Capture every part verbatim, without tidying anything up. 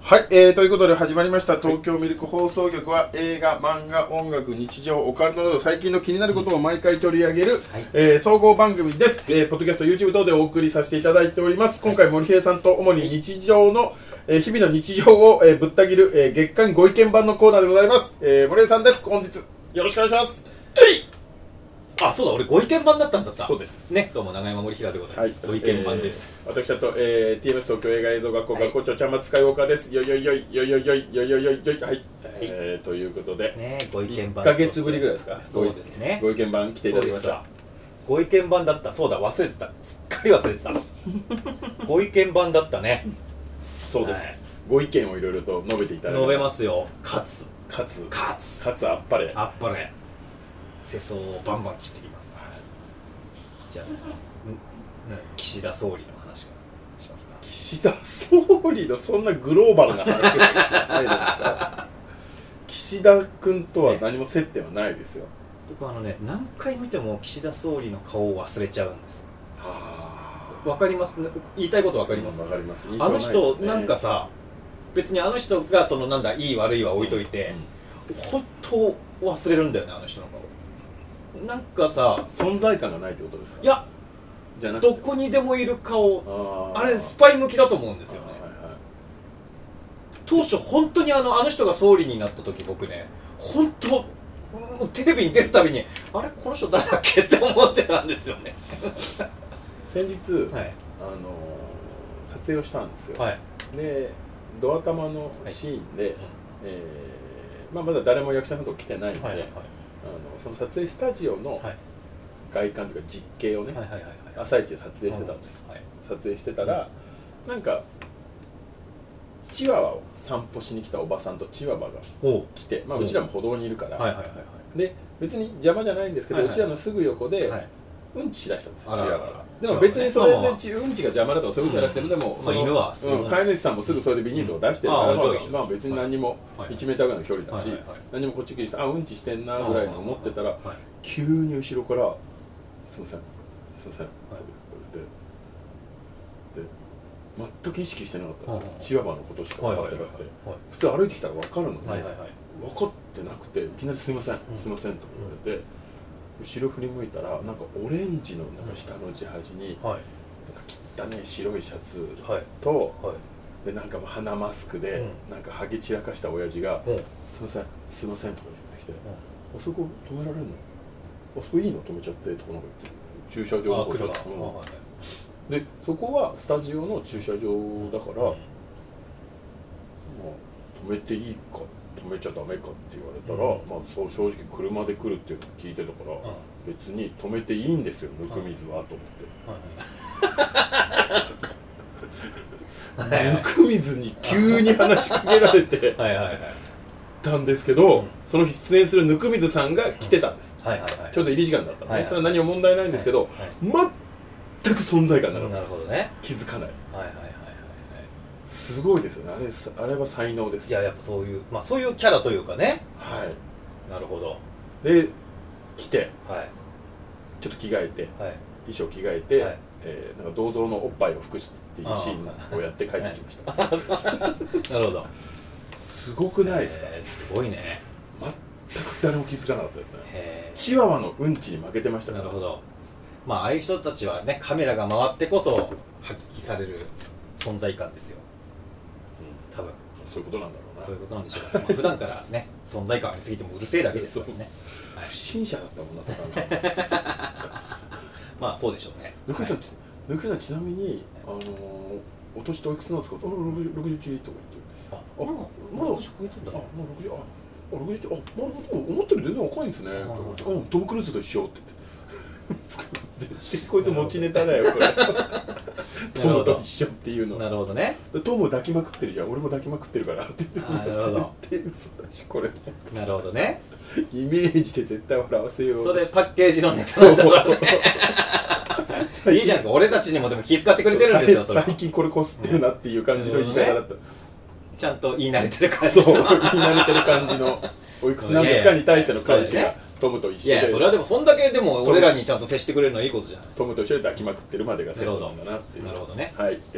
はい、えー、ということで始まりました東京ミルク放送局は、映画、漫画、音楽、日常、オカルトなど最近の気になることを毎回取り上げる、はい、えー、総合番組です、えー、ポッドキャスト、YouTube 等でお送りさせていただいております。今回森平さんと主に日常の、えー、日々の日常を、えー、ぶった切る、えー、月間ご意見番のコーナーでございます。えー、森平さんです。本日よろしくお願いします。 えいあ、そうだ、俺ご意見番だったんだった。 そうですね、どうも長山森平でございます、はい、ご意見番です、 えー、私だと、えー、ティーエムエス 東京映画映像学校、はい、学校長ちゃんまつスカイウォーカーです。よいよいよいよいよいよいよいよいよいよいはい、はい、えー、ということで、 ね、ご意見番いっかげつぶりぐらいですか。 そうですね、 ご意見番来ていただきました。 ご意見番だった。そうだ、忘れてた、すっかり忘れてたご意見番だったね。 そうです、はい、ご意見をいろいろと述べていただいて、 述べますよ。かつかつかつかつあっぱれあっぱれ世相をバンバン切ってきます。じゃあ、岸田総理の話からしますか。 岸田総理のそんなグローバルな話はないですか岸田君とは何も接点はないですよ。 僕あのね、何回見ても岸田総理の顔を忘れちゃうんですよ。わかります、言いたいことわかります、 うん、わかります。 あの人なんかさ、別にあの人がそのなんだいい悪いは置いといて、うんうん、本当忘れるんだよね、あの人の顔。なんかさ、 存在感がないってことですか。 いや、 じゃなくてどこにでもいる顔、 あ, あれスパイ向きだと思うんですよね。はいはい、当初本当にあのあの人が総理になった時、僕ね、本当テレビに出るたびにあれこの人誰だっけって思ってたんですよね先日、はい、あのー、撮影をしたんですよ、はい、でドア玉のシーンで、はい、えーまあ、まだ誰も役者さんと来てないので、はいはい、あのその撮影スタジオの外観というか実景をね、朝一で撮影してたんです、はい、撮影してたら、うん、なんかチワワを散歩しに来たおばさんとチワワが来て、まあ、うちらも歩道にいるから、で別に邪魔じゃないんですけど、はいはい、うちらのすぐ横で、はい、うんちしだしたんです、チワワが。でも別にそれでうんちが邪魔だとかそういうことじゃなくて、でも、 まあ、犬は、 うん、飼い主さんもすぐそれでビニールとか出してるから、うん、まあ別に何にもいちメーターぐらいの距離だし、何もこっち来て、あ、うんちしてんなぐらいの思ってたら、急に後ろから「すいませんすいません」って言われて、で全く意識してなかったんですよ、チワワのことしか分かってなくて、普通歩いてきたら分かるのに、分かってなくて、いきなり「すいませんすいません」と言われて、後ろ振り向いたら、なんかオレンジのなんか下のジャージに、なんか汚ね白いシャツと、でなんか鼻マスクで、なんかハゲ散らかした親父が「すいませんすいません」とか言ってきて「あそこ止められるの？あそこいいの止めちゃって」とかなんか言って、駐車場の車、でそこはスタジオの駐車場だから、まあ、止めていいか止めちゃダメかって言われたら、うん、まあそう正直車で来るっていうのを聞いてたから、うん、別に止めていいんですよ、ぬく水はと思って、ぬく水に急に話しかけられてたんですけど、うん、その日出演するぬく水さんが来てたんです、ちょうど入り時間だったので、ね、それは何も問題ないんですけど、はいはい、全く存在感なかったです。なるほどね、気づかない。はいはいはいはい、すごいですよね、あれ、あれは才能です。 いや、やっぱそういう、まあそういうキャラというかね。 はい。 なるほど。 で、来て、はい、ちょっと着替えて、はい、衣装着替えて、はい、えー、なんか銅像のおっぱいを拭くっていうシーンをやって帰ってきました。 はい、なるほど。 すごくないですか。 えー、すごいね。 全く誰も気づかなかったですね。チワワのうんちに負けてましたから。 なるほど。まあああいう人たちはね、カメラが回ってこそ発揮される存在感ですよ。うん、多分そういうことなんだろうな。 そういうことなんでしょう。まあ、普段からね、存在感ありすぎてもうるせえだけですからね。 はい、不審者だったもんな、とか。 まあそうでしょうね。 ぬくいさん、ぬくいさんちなみに、あのー、お年とおいくつなんですか。あ、ろくじゅういちとか言って。あ、まだろくじゅう超えてんだ。あ、もうろくじゅう、あ、ろくじゅういち、あ、なるほど、思ったより全然若いんですね。うん、トム・クルーズと一緒って言って。こいつ持ちネタだよこれトムと一緒っていうの。 なるほどね。 トム抱きまくってるじゃん、俺も抱きまくってるからって言って。 あ、なるほど。 絶対嘘だしこれ。 なるほどね。 イメージで絶対笑わせよう。 それパッケージのネタなんだろうね。いいじゃんか、俺たちにもでも気遣ってくれてるんですよ。それ最近これこすってるなっていう感じの言い方だった。 ちゃんと言い慣れてる感じ。 そう、言い慣れてる感じのおいくつなんですかに対しての返しがトムと一緒で。 いや、それはでもそんだけでも俺らにちゃんと接してくれるのはいいことじゃない。 トムと一緒で抱きまくってるまでがセットなんだなっていう。 なるほどね。 はい、え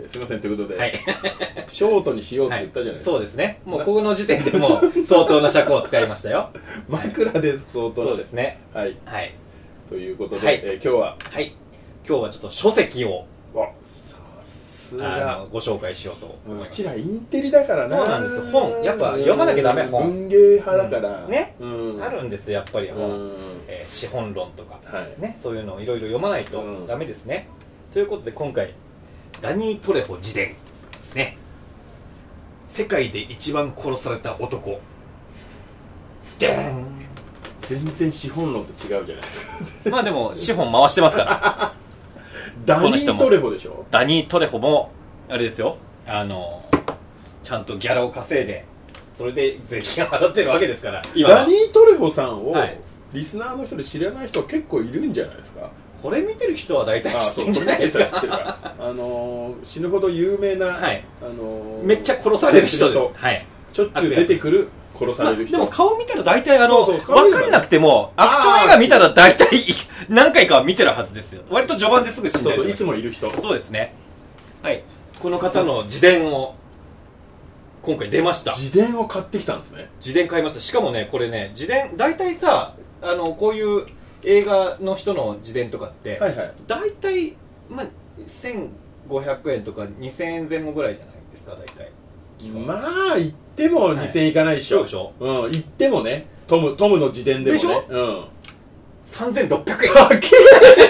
ー、すいませんということで、 はい、 ショートにしようって言ったじゃないですか、 はい、そうですね。もうここの時点でもう相当な尺を使いましたよ枕で相当な、 そうですね。 はい、 はい、 ということで、 はい、 えー、今日ははい今日はちょっと書籍をさすがご紹介しようと思います。 うちらインテリだからな。 そうなんです。本やっぱ読まなきゃダメ。本文芸派だから、 うん、ね、 うん、 あるんですやっぱり本、 うんえー、資本論とか、 はい、 ね、そういうのをいろいろ読まないとダメですね、うん、ということで今回ダニー・トレホ自伝ですね。世界で一番殺された男。でーん。 全然資本論と違うじゃないですかまあでも資本回してますからダニー・トレホでしょ。 ダニー・トレホもあれですよ、あのちゃんとギャラを稼いでそれで税金を払ってるわけですから。今ダニー・トレホさんを、 はい、 リスナーの人で知らない人結構いるんじゃないですか。 これ見てる人は大体知ってるんじゃないですか。 知ってるかあのー、死ぬほど有名な、 はい、 あのー、 めっちゃ殺される人です、はい、 しょっちゅう出てくる殺される人、 まあ、でも顔見たら大体あのそうそう分かんなくてもアクション映画見たら大体何回かは見てるはずですよ。割と序盤ですぐ死んでる。 そうそう、いつもいる人。 そうですね。はい、この方の自伝を今回出ました。 自伝を買ってきたんですね。 自伝買いました。しかもねこれね自伝大体さあのこういう映画の人の自伝とかって、はいはい、大体、まあ、せんごひゃくえんとかにせんえんぜん後ぐらいじゃないですか大体。 まあ言ってもにせんえんいかないでしょ、はい、そうでしょ、うん、言ってもねトム、トムの自伝でもねでしょ、うん、 さんぜんろっぴゃくえんかけ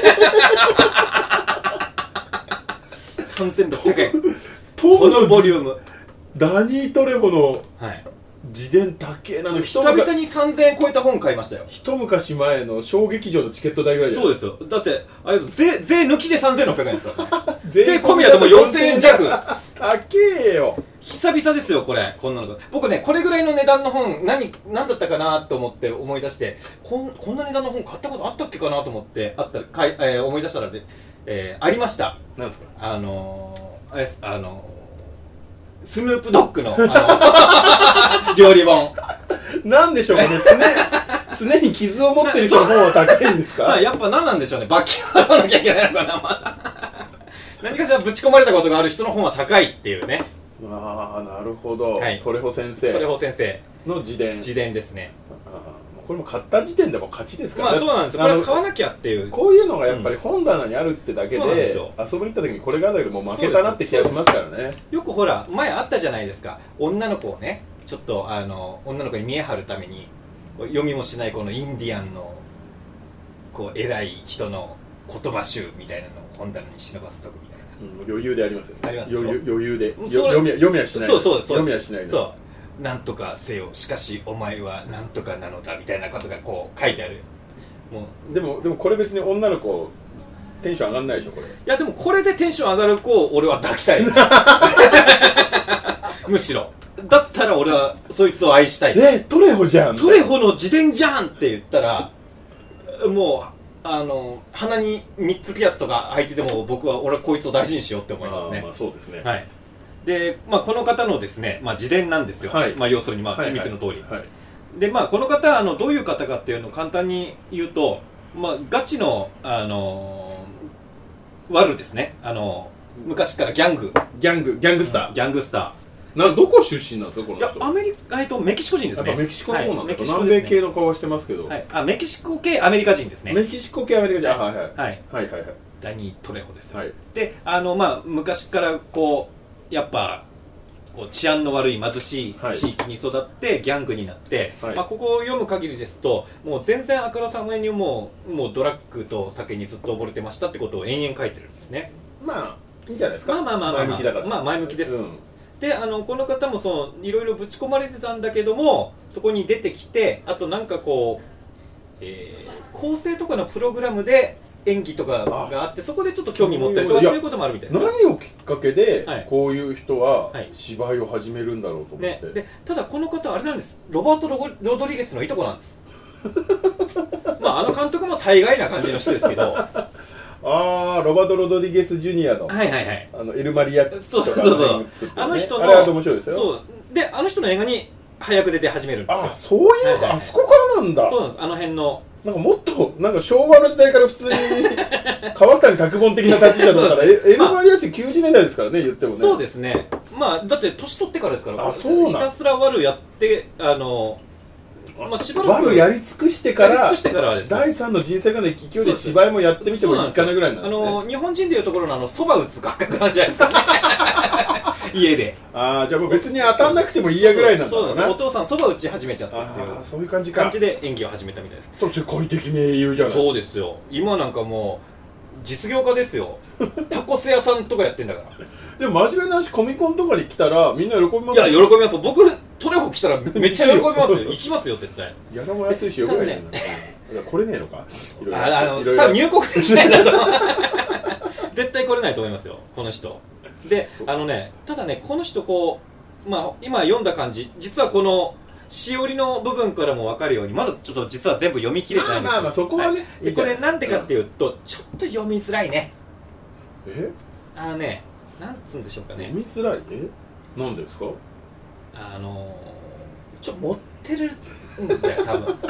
さんぜんろっぴゃくえんこのボリュームダニー・トレホの、 はい、 自伝高えなの。 久々にさんぜんえん超えた本買いましたよ。 一昔前の小劇場のチケット代ぐらいじゃないですか。 そうですよ。だってあれ 税, 税抜きでさんぜんろっぴゃくえんですからね税込みだともうよんせんえん弱高えよ。 久々ですよこれ。こんなの僕ねこれぐらいの値段の本何何だったかなと思って思い出してこ ん, こんな値段の本買ったことあったっけかなと思ってあったかい、えー、思い出したらで、えー、ありました。 なんですか。 あのー、あれあのースヌープドッグの、あの料理本。 なんでしょうかね、すね、すねに傷を持ってる人の方は高いんですか。 まあやっぱ何なんでしょうね、罰金払わなきゃいけないのかな、まだ。何かしらぶち込まれたことがある人の本は高いっていうね。 ああ、なるほど、はい、トレホ先生。 トレホ先生の自伝。 自伝ですね。 これも買った時点でも勝ちですからね。まあそうなんですよ。これは買わなきゃっていう。 こういうのがやっぱり本棚にあるってだけで、うん、遊びに行った時にこれがあるだけでもう負けたなって気がしますからね。 よくほら前あったじゃないですか。女の子をねちょっとあの女の子に見え張るために読みもしないこのインディアンのこう偉い人の言葉集みたいなのを本棚に忍ばせとくみたいな。 うん、余裕でありますよね。 あります余裕余裕で読み読みはしない。 そうそうそう読みはしないで。 そうなんとかせよしかしお前はなんとかなのだみたいなことがこう書いてある。 もうでもでもこれ別に女の子テンション上がんないでしょこれ。いやでもこれでテンション上がる子を俺は抱きたいむしろだったら俺はそいつを愛したい。 えトレホじゃん。 トレホの自伝じゃんって言ったらもうあの鼻にみっつピアスとか入ってても僕は俺はこいつを大事にしようって思いますね。 あまあそうですね。 はいでまあ、この方のですね、まあ、自伝なんですよ、はいまあ、要するに、まあはいはい、見ての通り、はい、でまあ、この方あのどういう方かっていうのを簡単に言うと、まあ、ガチの、あのー、ワルですね、あのー、昔からギャングギャングギャングスター、 うん、ギャングスターなどこ出身なんですかこの人。 いやアメリカ、えっと、メキシコ人ですね。 やっぱメキシコの方なんだ、はい、 ね、 南米系の顔はしてますけど、 はい、あメキシコ系アメリカ人ですね。 メキシコ系アメリカ人、はいはいはいはいはいはいダニー・トレホです、 はい、 であの、まあ、昔からこうやっぱこう治安の悪い貧しい地域に育ってギャングになって、はいまあ、ここを読む限りですともう全然あからさまにもう、もうドラッグと酒にずっと溺れてましたってことを延々書いてるんですね。 まあいいんじゃないですか。 まあまあまあまあ、まあ、前向きだから、まあ、前向きです、うん、であのこの方もそのいろいろぶち込まれてたんだけどもそこに出てきてあとなんかこう、えー、構成とかのプログラムで演技とかがあってそこでちょっと興味持ったりとかそういうこともあるみたいな。 何をきっかけでこういう人は芝居を始めるんだろうと思って、ね、 でただこの方あれなんです。ロバート・ロドリゲスのいとこなんですまああの監督も大概な感じの人ですけどああロバート・ロドリゲス・ジュニアのはいはいはいあのエルマリアとかそうそうそうあの人のあれは面白いですよ。 そうであの人の映画に早く出て始めるんですよ。 あそういうか、はいはいはい、あそこからなんだ。 そうなんです。あの辺のなんかもっとなんか昭和の時代から普通に川谷拓本的な立ち位置だと思ったらエルマリアッチきゅうじゅうねんだいですからね、言ってもね。 そうですね。まあだって年取ってからですから。 あ、そうなん。 ひたすら悪やってあのまあしばらく悪やり尽くしてからやり尽くしてからです、ね、 だいさんの人生観の勢いで芝居もやってみてもいいかなぐらいなんですね。 あの日本人でいうところのあのそば打つ感覚なんじゃないですか家で。 ああ、じゃあもう別に当たんなくてもいいやぐらいなんだろうな。 そうなんです。お父さんそば打ち始めちゃったっていう、 あ、そういう感じか感じで演技を始めたみたいです。 と世界的名優じゃないですか。 そうですよ。今なんかもう実業家ですよ。タコス屋さんとかやってんだから。 でも真面目な話、コミコンとかに来たらみんな喜びますよ。 いや、喜びます。僕トレホ来たらめっちゃ喜びますよ。行きますよ絶対。 ギャラも安いし呼べないんだからこれねえのか。いろいろあの多分入国できないんだと絶対来れないと思いますよこの人で。あのね、ただね、この人こう、まあ今読んだ感じ、実はこのしおりの部分からも分かるようにまだちょっと実は全部読み切れてないんですよ。 まあまあまあそこはね、 はい、これなんでかっていうと、うん、ちょっと読みづらいね。 えあのね、なんつうんでしょうかね、 読みづらい。え、なんですか。 あのー、ちょっと持ってるんだよ多分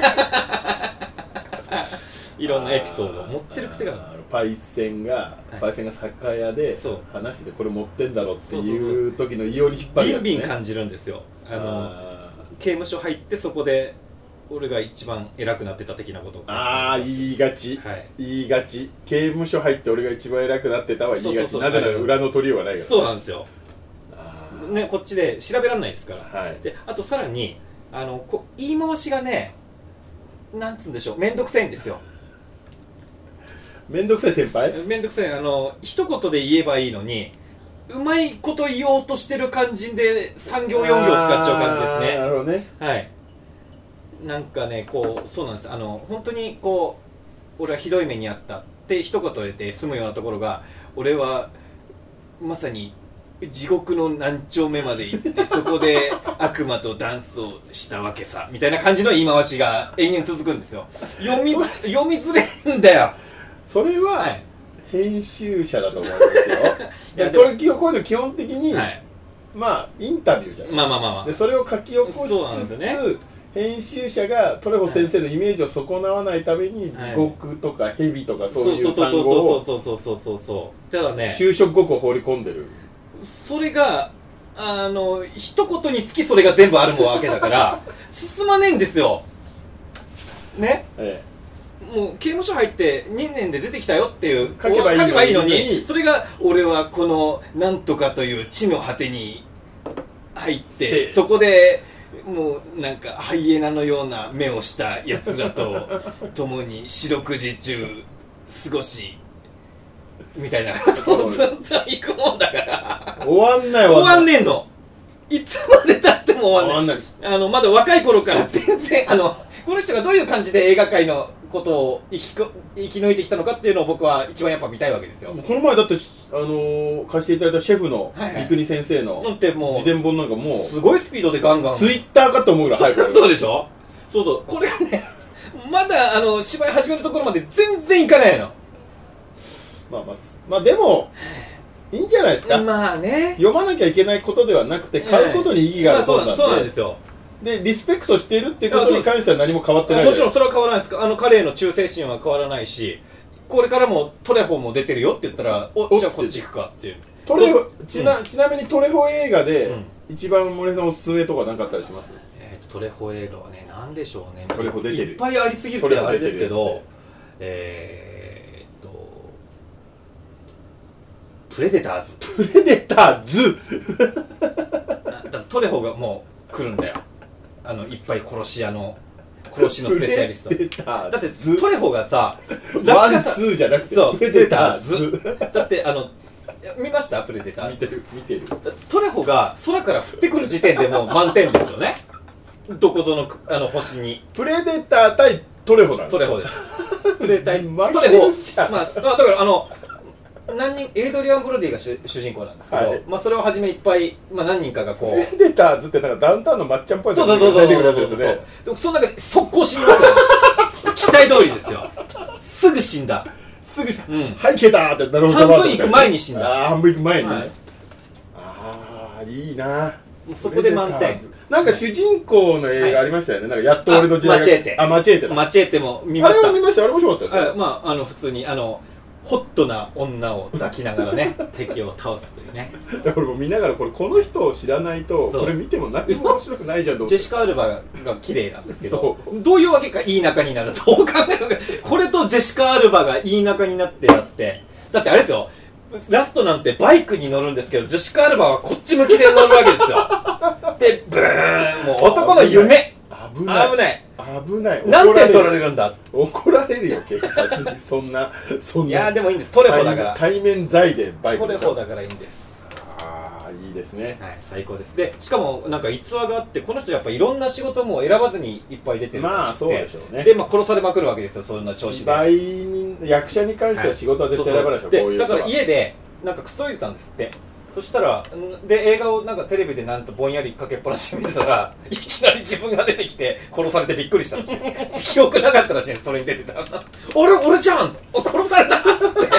いろんなエピソードを持ってる癖がある。 パイセンが、はい、パイセンが酒屋で話しててこれ持ってんだろっていう時の異様に引っ張るやつね。 ビンビン感じるんですよ。あのあ刑務所入ってそこで俺が一番偉くなってた的なことを。 ああ、言いがち、 はい、 言いがち。刑務所入って俺が一番偉くなってたは言いがち。なぜなら裏の取りようがないから、ね、 そうなんですよ。ね、こっちで調べられないですから、 はい、 であとさらにあのこ言い回しがね、なんつうんでしょう、めんどくさいんですよ。 めんどくさい先輩。 めんどくさい。あの一言で言えばいいのにうまいこと言おうとしてる感じでさん行よん行使っちゃう感じですね。 なるほどね。 はい。なんかね、こうそうなんです。あの本当にこう俺はひどい目にあったって一言でて済むようなところが、俺はまさに地獄の何丁目まで行ってそこで悪魔とダンスをしたわけさみたいな感じの言い回しが延々続くんですよ。読み読みづれんだよ。 それは、はい、編集者だと思うんですよ。いやこれこういうの基本的に、はい、まあインタビューじゃないですか。 まあまあまあまあ。 でそれを書き起こしつつ、ね、編集者がトレホ先生のイメージを損なわないために、はい、地獄とか蛇とかそういう単語をそうそうそうそうそうそうただね、 就職語句を放り込んでる。 それがあの一言につきそれが全部あるわけだから進まねえんですよね、ええ、もう刑務所入ってにねんで出てきたよっていう書けばいいのに、書けばいいのにそれが俺はこのなんとかという地の果てに入ってそこでもうなんかハイエナのような目をしたやつらと共に四六時中過ごしみたいなことをずっと行くもんだから終わんない終わんねえの。いつまでたっても終わんない。あのまだ若い頃から全然あのこの人がどういう感じで映画界のことを生きこ生き抜いてきたのかっていうのを僕は一番やっぱ見たいわけですよ。 この前だってあのー、貸していただいたシェフの三國先生の自伝本なんかもうすごいスピードでガンガンツイッターかと思うぐらい早くそうでしょ。そうそう、これがねまだあの芝居始めるところまで全然いかないの。 まあまあ、まあでもいいんじゃないですか。 まあね、 読まなきゃいけないことではなくて買うことに意義があるそうなんで、 そうなんですよ。 でリスペクトしているっていうことに関しては何も変わってない。 もちろんそれは変わらないです。あの彼への忠誠心は変わらないし、これからもトレホも出てるよって言ったらおおじゃあこっち行くかっていう。 トレホちな、うん、ちなみにトレホ映画で、うん、一番森さんおすすめとか何かあったりします？ えー、トレホ映画はね、なんでしょうね。 トレホ出てる。 いっぱいありすぎるってあれですけど、えープレデターズ。 プレデターズだトレホがもう来るんだよ。あのいっぱい殺し屋の殺しのスペシャリスト。 プレデターズだってトレホがさワンツーじゃなくてそうプレデターズだってあの見ましたプレデターズ。 見てる見てる。 トレホが空から降ってくる時点でもう満点ですよね。どこぞのあの星に。 プレデター対トレホなんです。 トレホです。プレデタートレホ。まあだからあの何人エイドリアン・ブロディが主人公なんですけど、はい、まあそれをはじめいっぱい、まあ、何人かがこうプレデターズってなんかダウンタウンのまっちゃんっぽいそうそうそうそうそうそうそうでもその中で速攻死にますよ期待通りですよ。すぐ死んだすぐ死んだ、うん、はい消えたってなるほど。 半分行く前に死んだ。 ああ半分行く前にね、はい、ああいいな。 そこで満点。 なんか主人公の映画ありましたよね、なんかやっと俺の時代がマチエーテあマチエーテだマチエーテも見ました。 あれは見ました。あれ面白かったですよ。 まああの普通にあのホットな女を抱きながらね敵を倒すというね。 だからもう見ながらこれこの人を知らないとこれ見ても何も面白くないじゃんと思って。 ジェシカ・アルバが綺麗なんですけどどういうわけかいい仲になると考えるこれとジェシカ・アルバがいい仲になってやってだってあれですよラストなんてバイクに乗るんですけどジェシカ・アルバはこっち向きで乗るわけですよでブーンもう男の夢危ない危ない危ない何点取られるんだ怒られるよ警察にそんなそんないやでもいいんですトレホだから対面罪でバイクトレホだからいいんです。 ああいいですね。 はい最高です。でしかもなんか逸話があってこの人やっぱいろんな仕事も選ばずにいっぱい出てるらしくてまあそうでしょうね。 でまあ殺されまくるわけですよそんな調子で。 芝居に役者に関しては仕事は絶対選ばないでしょ、 はい、 こういうだから家でなんかくつろいでたんですって。そしたらで映画をなんかテレビでなんとぼんやりかけっぱなしで見てたらいきなり自分が出てきて殺されてびっくりしたらしい記憶なかったらしいそれに出てたら俺俺じゃん殺されたって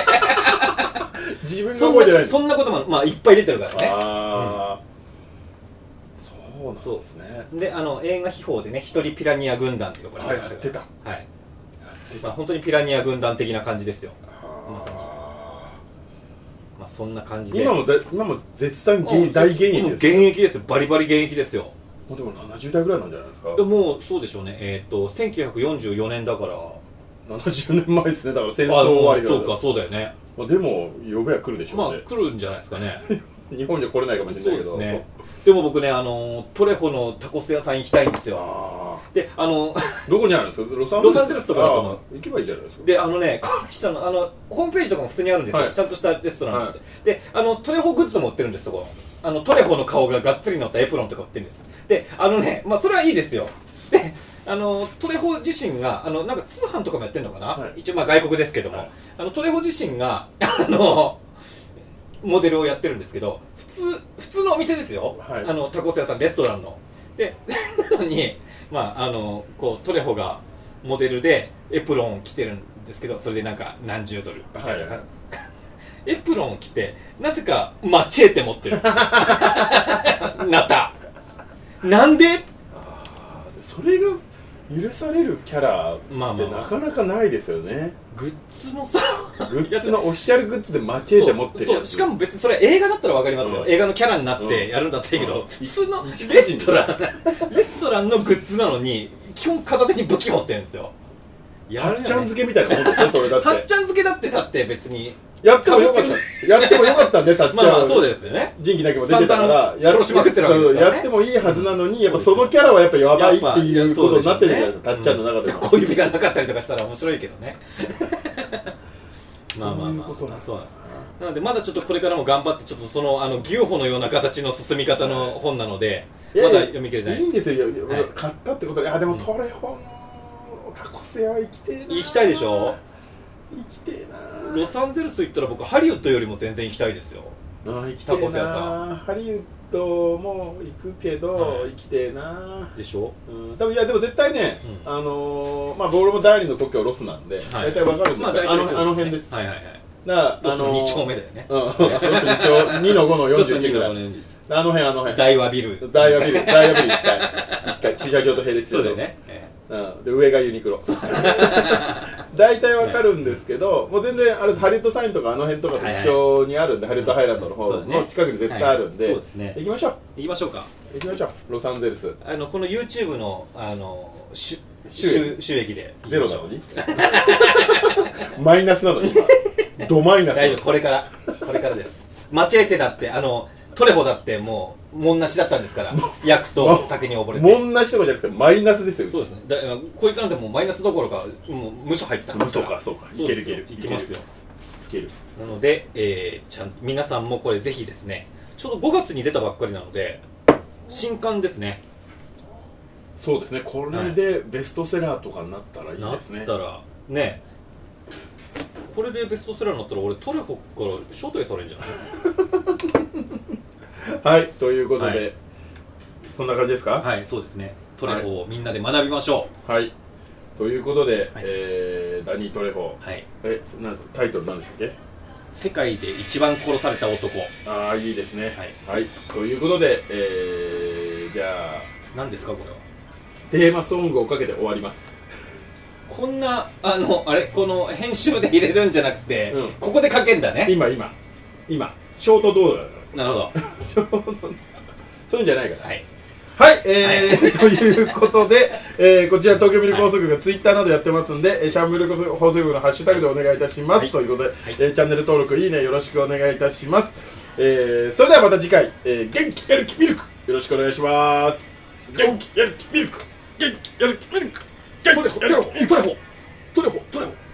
自分が覚えてないそんなこともまあいっぱい出てるからね。 ああ、うん、そうなんですね。 であの映画秘宝でね一人ピラニア軍団って呼ばれてましたから、 はい、 はい、まあ本当にピラニア軍団的な感じですよ。まさにまあそんな感じで今もだ今も絶賛現大現役です。 現役ですよバリバリ現役ですよ。 もうでもななじゅう代ぐらいなんじゃないですか。 でもうそうでしょうね。えっ、ー、とせんきゅうひゃくよんじゅうよねんだからななじゅうねんまえですね。だから戦争終わりからそうかそうだよね。 まあでも呼べは来るでしょうね。 まあ来るんじゃないですかね日本には来れないかもしれないけど。 そうですね。でも僕ねあのトレホのタコス屋さん行きたいんですよ。 あであのどこにあるんですか。ロサンゼルス。 ロサンゼルスとかだと思う。 行けばいいじゃないですか。 であのねこの人のあのホームページとかも普通にあるんですよ、はい、ちゃんとしたレストランなんで、はい、であのトレホグッズも売ってるんですそこあのトレホの顔ががっつり乗ったエプロンとか売ってるんです。であのねまあそれはいいですよ。であのトレホ自身があのなんか通販とかもやってるのかな、はい、一応まあ外国ですけども、はい、あのトレホ自身があのモデルをやってるんですけど普通普通のお店ですよ、はい、あのタコス屋さんレストランのでなのにまああのこうトレホがモデルでエプロンを着てるんですけどそれでなんか何十ドルみたいな、はい、エプロンを着てなぜかマチエーテ持ってるなったなんであそれが許されるキャラってなかなかないですよね、まあまあ、 グッズのさグッズのオフィシャルグッズでマチエーテ持ってるやつ。 そうそうしかも別にそれ映画だったら分かりますよ、うん、映画のキャラになってやるんだったらいいけど、うん、普通のレストランレストランのグッズなのに基本片手に武器持ってるんですよ。 やる、ね、たっちゃん漬けみたいなもんでしょそれだってたっちゃん漬けだってだって別にやってもよかったやってもよかったんでたっちゃんまあまあそうですよね。 仁義だけも出てたから殺しまくってるわけですからね。 やってもいいはずなのに、うん、やっぱそのキャラはやっぱやばいっていうことになってるじゃないですか、たっちゃんの中でも、 うん、小指がなかったりとかしたら面白いけどねまあまあまあそういうことなんそうなんです。なのでまだちょっとこれからも頑張ってちょっとそのあの牛歩のような形の進み方の本なので、まだ読み切れない。 いいんですよ、はい、買ったってことで。あでもトレホのタコス屋は行きてえな。 行きたいでしょ。 行きてえな。 ロサンゼルス行ったら僕ハリウッドよりも全然行きたいですよ。 あ行きてえな。ハリウッドも行くけど、はい、行きてえなでしょ、 うん、多分いやでも絶対ね、うん、あのー、まあ僕も第二の特許ロスなんで、はい、大体わかるんですよ、まあ、あの、あの辺です。 はいはいはい。 だからあのー、 に丁目だよね。 うん。ロスに丁にのごのよんじゅういちぐらい。あの辺あの辺。 大和ビル。 大和ビル。大和ビルいっかい。いっかい駐車場と並列そうだよね。 うん、で上がユニクロ大体わかるんですけど、もう全然あれハリウッドサインとかあの辺とかと一緒にあるんで、ハリウッドハイランドの方の近くに絶対あるんで、行きましょう行きましょうか行きましょうロサンゼルス。あのこの YouTube のあの収収益でゼロなのにマイナスなのに今ドマイナス。 大丈夫、これからこれからです。マチエーテだってあのトレホだってもうもんなしだったんですから役と酒に溺れてもんなしとかじゃなくてマイナスですよ。 そうですね。だこいつなんてもうマイナスどころかもう無所入ってたんですから。 そうかそうかいけるいけるいけますよいける。 なので、えー、ちゃん皆さんもこれぜひですね、ちょうどごがつに出たばっかりなので新刊ですね。 そうですね。これでベストセラーとかになったらいいですね。 なったらね、これでベストセラーになったら俺トレホから招待されるんじゃないはい、ということで、はい、そんな感じですか。 はい、そうですね。トレホをみんなで学びましょう。はい、ということで、はい、えー、ダニー・トレホ、 はい、 えなんですタイトル何でしたっけ。 世界で一番殺された男。 ああいいですね。はい、はい、ということで、えー、じゃあ何ですかこれは。 テーマソングをかけて終わります。 こんなあのあれこの編集で入れるんじゃなくて、うん、ここでかけんだね。 今今今ショート動画だから。 なるほどそういうんじゃないから。 はいはい、えー、はい、ということで、えー、こちら東京ミルク放送局がツイッターなどやってますんで、はい、シャンミルク放送局のハッシュタグでお願いいたします、はい、ということで、はい、えー、チャンネル登録いいねよろしくお願いいたします。えー、それではまた次回、えー、元気やる気ミルクよろしくお願いします。元気やる気ミルク元気やる気ミルク元気やる気ミルクトレホトレホトレホトレホ